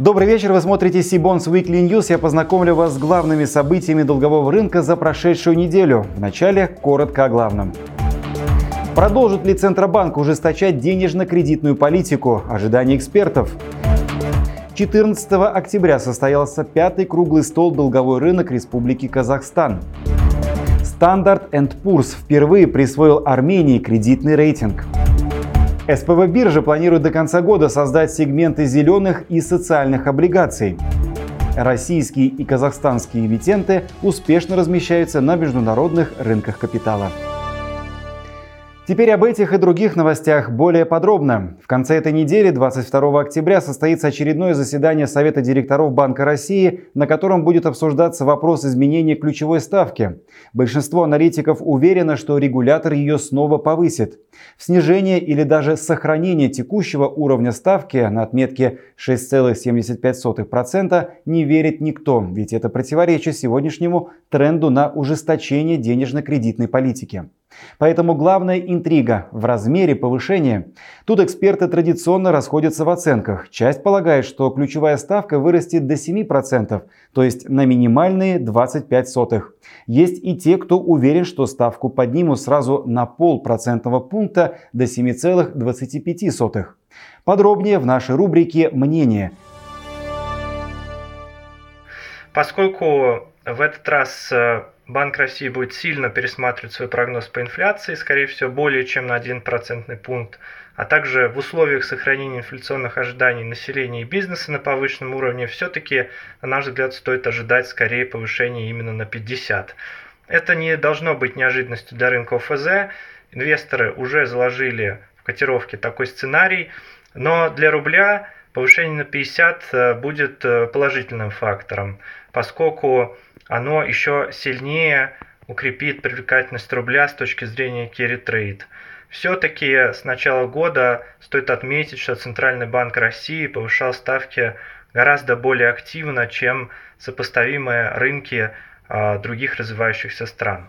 Добрый вечер, вы смотрите Сибонс Weekly News. Я познакомлю вас с главными событиями долгового рынка за прошедшую неделю. Вначале коротко о главном. Продолжит ли Центробанк ужесточать денежно-кредитную политику? Ожидания экспертов. 14 октября состоялся 5-й круглый стол «Долговой рынок Республики Казахстан». Standard & Poor's впервые присвоил Армении кредитный рейтинг. СПБ биржа планирует до конца года создать сегменты зеленых и социальных облигаций. Российские и казахстанские эмитенты успешно размещаются на международных рынках капитала. Теперь об этих и других новостях более подробно. В конце этой недели, 22 октября, состоится очередное заседание Совета директоров Банка России, на котором будет обсуждаться вопрос изменения ключевой ставки. Большинство аналитиков уверено, что регулятор ее снова повысит. В снижение или даже сохранение текущего уровня ставки на отметке 6,75% не верит никто, ведь это противоречит сегодняшнему тренду на ужесточение денежно-кредитной политики. Поэтому главная интрига в размере повышения. Тут эксперты традиционно расходятся в оценках. Часть полагает, что ключевая ставка вырастет до 7%, то есть на минимальные 0,25. Есть и те, кто уверен, что ставку поднимут сразу на 0,5% пункта до 7,25. Подробнее в нашей рубрике «Мнение». Поскольку в этот раз Банк России будет сильно пересматривать свой прогноз по инфляции, скорее всего, более чем на 1 процентный пункт, а также в условиях сохранения инфляционных ожиданий населения и бизнеса на повышенном уровне, все-таки, на наш взгляд, стоит ожидать скорее повышения именно на 50. Это не должно быть неожиданностью для рынка ОФЗ. Инвесторы уже заложили в котировке такой сценарий, но для рубля повышение на 50 будет положительным фактором, поскольку оно еще сильнее укрепит привлекательность рубля с точки зрения carry trade. Все-таки с начала года стоит отметить, что Центральный банк России повышал ставки гораздо более активно, чем сопоставимые рынки других развивающихся стран.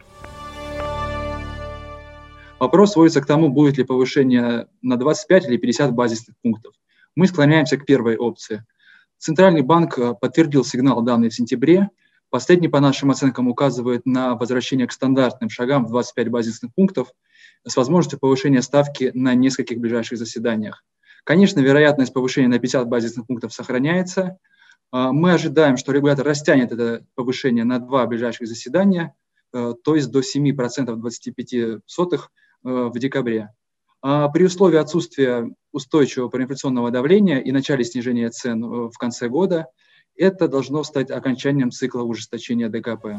Вопрос сводится к тому, будет ли повышение на 25 или 50 базисных пунктов. Мы склоняемся к первой опции. Центральный банк подтвердил сигнал, данный в сентябре. Последний, по нашим оценкам, указывает на возвращение к стандартным шагам в 25 базисных пунктов с возможностью повышения ставки на нескольких ближайших заседаниях. Конечно, вероятность повышения на 50 базисных пунктов сохраняется. Мы ожидаем, что регулятор растянет это повышение на 2 ближайших заседания, то есть до 7,25% в декабре. При условии отсутствия устойчивого проинфляционного давления и начале снижения цен в конце года, это должно стать окончанием цикла ужесточения ДКП.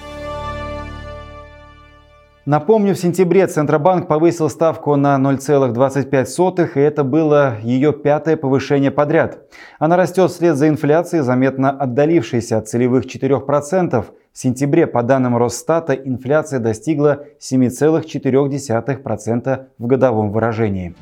Напомню, в сентябре Центробанк повысил ставку на 0,25, и это было ее 5-е повышение подряд. Она растет вслед за инфляцией, заметно отдалившейся от целевых 4%. В сентябре, по данным Росстата, инфляция достигла 7,4% в годовом выражении.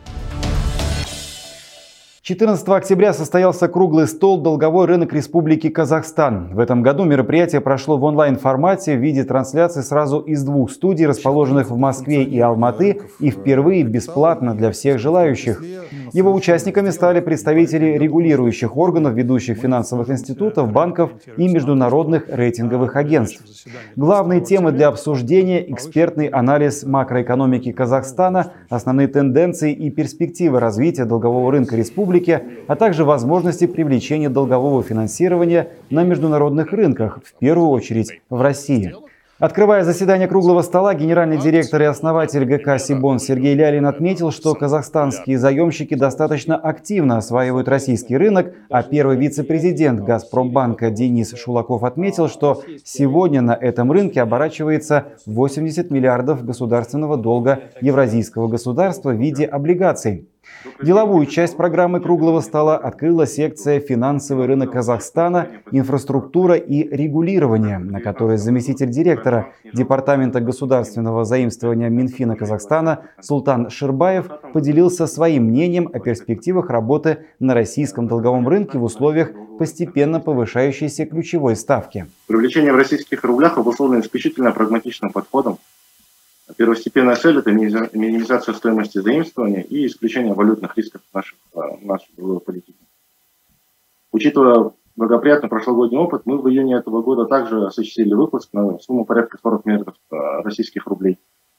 14 октября состоялся круглый стол «Долговой рынок Республики Казахстан». В этом году мероприятие прошло в онлайн-формате в виде трансляции сразу из 2 студий, расположенных в Москве и Алматы, и впервые бесплатно для всех желающих. Его участниками стали представители регулирующих органов, ведущих финансовых институтов, банков и международных рейтинговых агентств. Главные темы для обсуждения – экспертный анализ макроэкономики Казахстана, основные тенденции и перспективы развития долгового рынка республики, а также возможности привлечения долгового финансирования на международных рынках, в первую очередь в России. Открывая заседание круглого стола, генеральный директор и основатель ГК «Сибонс» Сергей Лялин отметил, что казахстанские заемщики достаточно активно осваивают российский рынок, а первый вице-президент «Газпромбанка» Денис Шулаков отметил, что сегодня на этом рынке оборачивается 80 миллиардов государственного долга евразийского государства в виде облигаций. Деловую часть программы круглого стола открыла секция «Финансовый рынок Казахстана. Инфраструктура и регулирование», на которой заместитель директора Департамента государственного заимствования Минфина Казахстана Султан Ширбаев поделился своим мнением о перспективах работы на российском долговом рынке в условиях постепенно повышающейся ключевой ставки. Привлечение в российских рублях обусловлено исключительно прагматичным подходом. Первостепенная цель – это минимизация стоимости заимствования и исключение валютных рисков нашей долговой политики. Учитывая благоприятный прошлогодний опыт, мы в июне этого года также осуществили выпуск на сумму порядка 40 миллиардов российских рублей.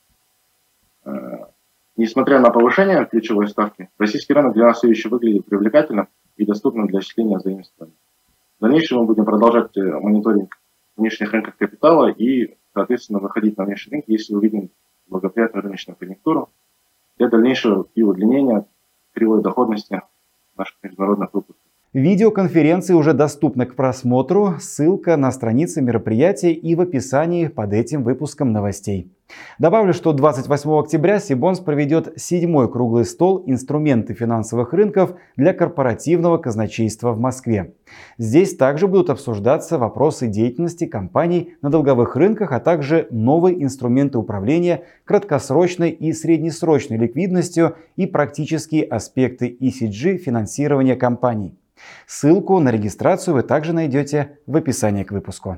Несмотря на повышение ключевой ставки, российский рынок для нас все еще выглядит привлекательным и доступным для осуществления заимствований. В дальнейшем мы будем продолжать мониторинг внешних рынков капитала и, соответственно, выходить на внешний рынок, если увидим благоприятную рыночную конъюнктуру для дальнейшего и удлинения кривой доходности наших международных выпусков. Видеоконференции уже доступны к просмотру. Ссылка на страницы мероприятия и в описании под этим выпуском новостей. Добавлю, что 28 октября Сибонс проведет 7-й круглый стол «Инструменты финансовых рынков для корпоративного казначейства» в Москве. Здесь также будут обсуждаться вопросы деятельности компаний на долговых рынках, а также новые инструменты управления краткосрочной и среднесрочной ликвидностью и практические аспекты ESG финансирования компаний. Ссылку на регистрацию вы также найдете в описании к выпуску.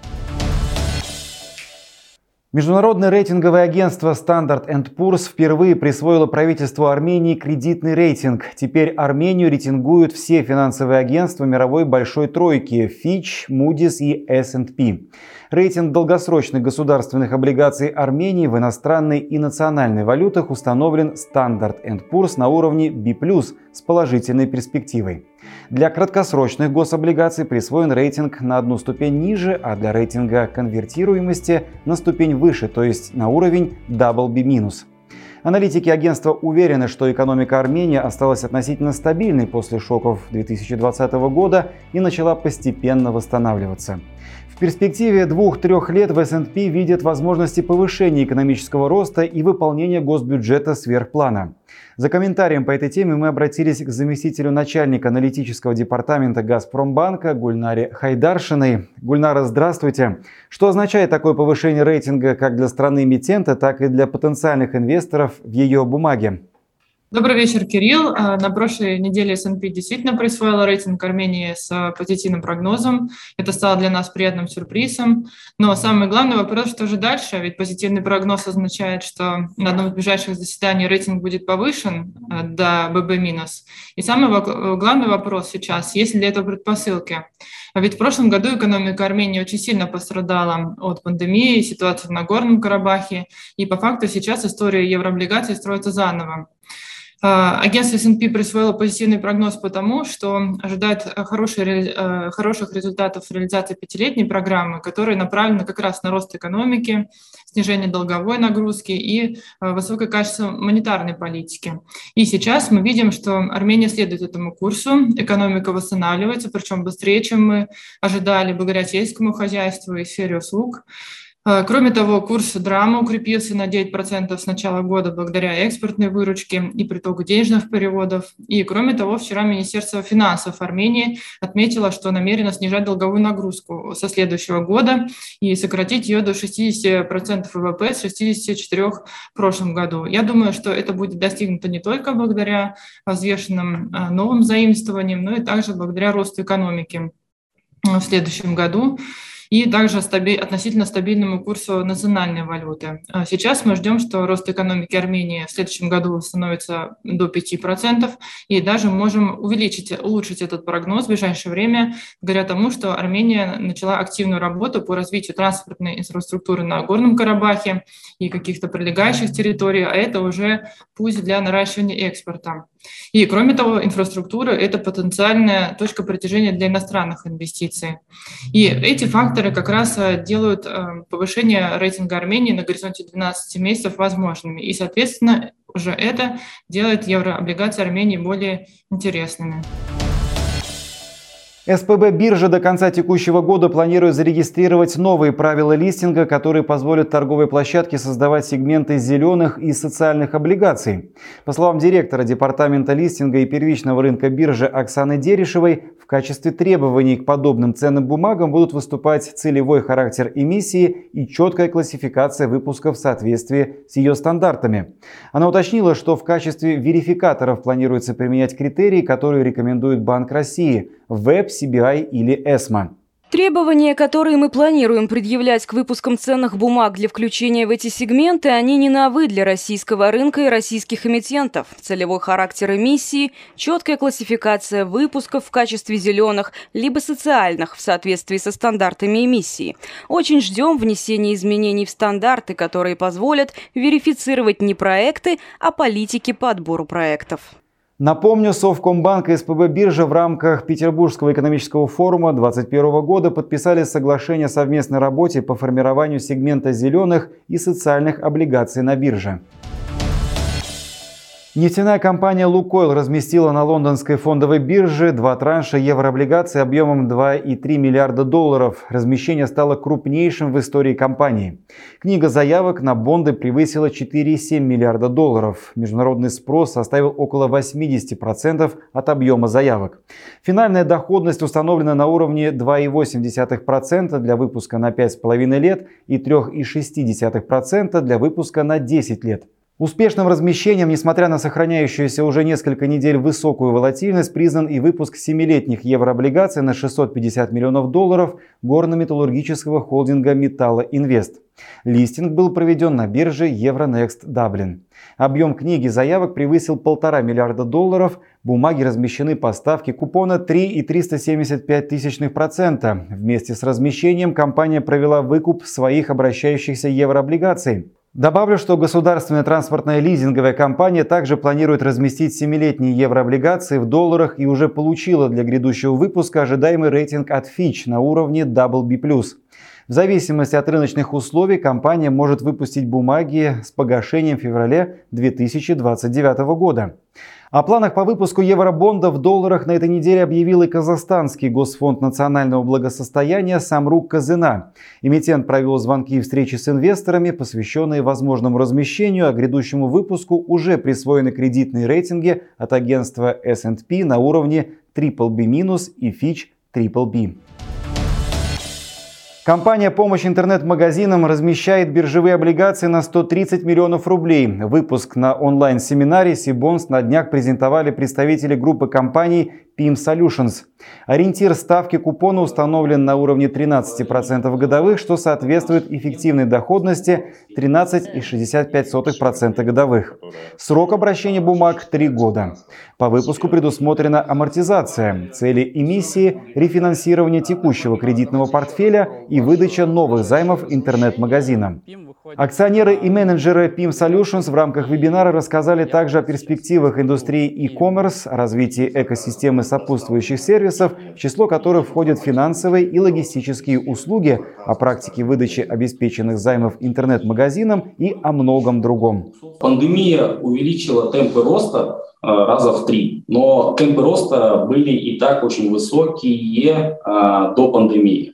Международное рейтинговое агентство Standard & Poor's впервые присвоило правительству Армении кредитный рейтинг. Теперь Армению рейтингуют все финансовые агентства мировой большой тройки – Fitch, Moody's и S&P. Рейтинг долгосрочных государственных облигаций Армении в иностранной и национальной валютах установлен Standard & Poor's на уровне B+, с положительной перспективой. Для краткосрочных гособлигаций присвоен рейтинг на одну ступень ниже, а для рейтинга конвертируемости на ступень выше, то есть на уровень BB-. Аналитики агентства уверены, что экономика Армении осталась относительно стабильной после шоков 2020 года и начала постепенно восстанавливаться. В перспективе 2-3 лет в S&P видят возможности повышения экономического роста и выполнения госбюджета сверх плана. За комментарием по этой теме мы обратились к заместителю начальника аналитического департамента Газпромбанка Гульнаре Хайдаршиной. Гульнара, здравствуйте. Что означает такое повышение рейтинга как для страны-эмитента, так и для потенциальных инвесторов в ее бумаге? Добрый вечер, Кирилл. На прошлой неделе S&P действительно присвоила рейтинг Армении с позитивным прогнозом. Это стало для нас приятным сюрпризом. Но самый главный вопрос, что же дальше? Ведь позитивный прогноз означает, что на одном из ближайших заседаний рейтинг будет повышен до BB-. И самый главный вопрос сейчас, есть ли для этого предпосылки? Ведь в прошлом году экономика Армении очень сильно пострадала от пандемии, ситуации в Нагорном Карабахе. И по факту сейчас история еврооблигаций строится заново. Агентство S&P присвоило позитивный прогноз потому, что ожидает хороших результатов реализации 5-летней программы, которая направлена как раз на рост экономики, снижение долговой нагрузки и высокое качество монетарной политики. И сейчас мы видим, что Армения следует этому курсу, экономика восстанавливается, причем быстрее, чем мы ожидали, благодаря сельскому хозяйству и сфере услуг. Кроме того, курс драма укрепился на 9% с начала года благодаря экспортной выручке и притоку денежных переводов. И кроме того, вчера Министерство финансов Армении отметило, что намерено снижать долговую нагрузку со следующего года и сократить ее до 60% ВВП с 64% в прошлом году. Я думаю, что это будет достигнуто не только благодаря взвешенным новым заимствованиям, но и также благодаря росту экономики в следующем году и также относительно стабильному курсу национальной валюты. Сейчас мы ждем, что рост экономики Армении в следующем году восстановится до 5%, и даже можем улучшить этот прогноз в ближайшее время, говоря тому, что Армения начала активную работу по развитию транспортной инфраструктуры на Горном Карабахе и каких-то прилегающих территорий, а это уже путь для наращивания экспорта. И кроме того, инфраструктура – это потенциальная точка притяжения для иностранных инвестиций. И эти факторы как раз делают повышение рейтинга Армении на горизонте 12 месяцев возможными. И, соответственно, уже это делает еврооблигации Армении более интересными. СПБ биржа до конца текущего года планирует зарегистрировать новые правила листинга, которые позволят торговой площадке создавать сегменты зеленых и социальных облигаций. По словам директора департамента листинга и первичного рынка биржи Оксаны Дерешевой, в качестве требований к подобным ценным бумагам будут выступать целевой характер эмиссии и четкая классификация выпусков в соответствии с ее стандартами. Она уточнила, что в качестве верификаторов планируется применять критерии, которые рекомендует Банк России – ВЭБ, CBI или ESMA. Требования, которые мы планируем предъявлять к выпускам ценных бумаг для включения в эти сегменты, они не новы для российского рынка и российских эмитентов. Целевой характер эмиссии, четкая классификация выпусков в качестве зеленых, либо социальных в соответствии со стандартами эмиссии. Очень ждем внесения изменений в стандарты, которые позволят верифицировать не проекты, а политики по отбору проектов. Напомню, Совкомбанк и СПБ биржа в рамках Петербургского экономического форума 2021 года подписали соглашение о совместной работе по формированию сегмента зеленых и социальных облигаций на бирже. Нефтяная компания «Лукойл» разместила на лондонской фондовой бирже 2 транша еврооблигаций объемом 2,3 миллиарда долларов. Размещение стало крупнейшим в истории компании. Книга заявок на бонды превысила 4,7 миллиарда долларов. Международный спрос составил около 80% от объема заявок. Финальная доходность установлена на уровне 2,8% для выпуска на 5,5 лет и 3,6% для выпуска на 10 лет. Успешным размещением, несмотря на сохраняющуюся уже несколько недель высокую волатильность, признан и выпуск 7-летних еврооблигаций на 650 миллионов долларов горно-металлургического холдинга «Металла Инвест». Листинг был проведен на бирже Euronext Dublin. Объем книги заявок превысил 1,5 миллиарда долларов. Бумаги размещены по ставке купона 3,375%. Вместе с размещением компания провела выкуп своих обращающихся еврооблигаций. Добавлю, что государственная транспортная лизинговая компания также планирует разместить 7-летние еврооблигации в долларах и уже получила для грядущего выпуска ожидаемый рейтинг от Fitch на уровне BB+. В зависимости от рыночных условий компания может выпустить бумаги с погашением в феврале 2029 года. О планах по выпуску евробондов в долларах на этой неделе объявил и Казахстанский Госфонд национального благосостояния «Самрук Казына». Эмитент провел звонки и встречи с инвесторами, посвященные возможному размещению, а грядущему выпуску уже присвоены кредитные рейтинги от агентства S&P на уровне BBB- и Fitch BBB. Компания «Помощь интернет-магазинам» размещает биржевые облигации на 130 миллионов рублей. Выпуск на онлайн-семинаре Сибонс на днях презентовали представители группы компаний PIM Solutions. Ориентир ставки купона установлен на уровне 13% годовых, что соответствует эффективной доходности 13,65% годовых. Срок обращения бумаг – 3 года. По выпуску предусмотрена амортизация. Цели эмиссии – рефинансирование текущего кредитного портфеля и выдача новых займов интернет-магазинам. Акционеры и менеджеры PIM Solutions в рамках вебинара рассказали также о перспективах индустрии e-commerce, развитии экосистемы сопутствующих сервисов, в число которых входят финансовые и логистические услуги, о практике выдачи обеспеченных займов интернет-магазинам и о многом другом. Пандемия увеличила темпы роста раза в 3, но темпы роста были и так очень высокие до пандемии.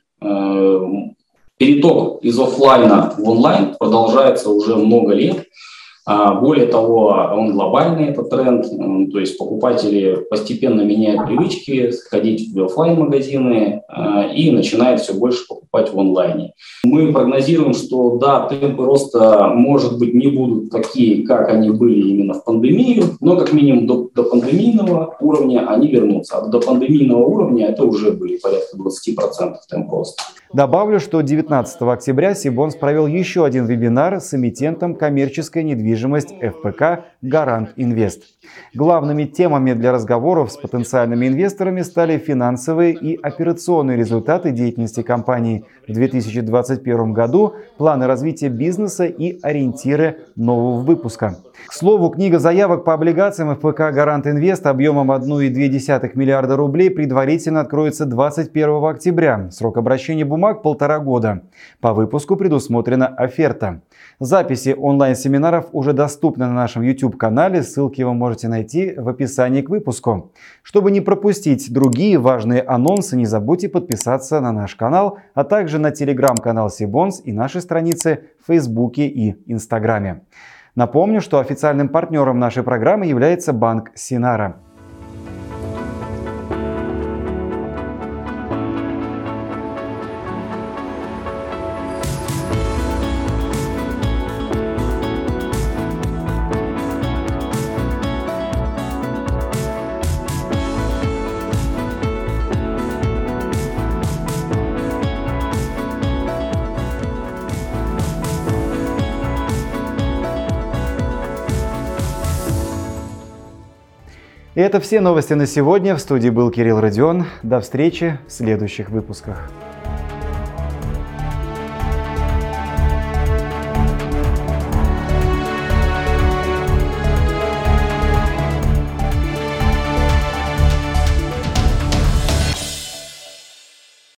Переток из офлайна в онлайн продолжается уже много лет. Более того, он глобальный, этот тренд, то есть покупатели постепенно меняют привычки, ходить в офлайн-магазины и начинают все больше покупать в онлайне. Мы прогнозируем, что да, темпы роста, может быть, не будут такие, как они были именно в пандемию, но как минимум до пандемийного уровня они вернутся. А до пандемийного уровня это уже были порядка 20% темп роста. Добавлю, что 19 октября Сибонс провел еще один вебинар с эмитентом коммерческой недвижимости ФПК «Гарант Инвест». Главными темами для разговоров с потенциальными инвесторами стали финансовые и операционные результаты деятельности компании в 2021 году, планы развития бизнеса и ориентиры нового выпуска. К слову, книга заявок по облигациям ФПК «Гарант Инвест» объемом 1,2 миллиарда рублей предварительно откроется 21 октября. Срок обращения бумаг – 1,5 года. По выпуску предусмотрена оферта. Записи онлайн-семинаров уже доступны на нашем YouTube-канале, ссылки вы можете найти в описании к выпуску. Чтобы не пропустить другие важные анонсы, не забудьте подписаться на наш канал, а также на телеграм-канал Сибонс и наши страницы в Фейсбуке и Инстаграме. Напомню, что официальным партнером нашей программы является банк Синара. И это все новости на сегодня. В студии был Кирилл Родион. До встречи в следующих выпусках.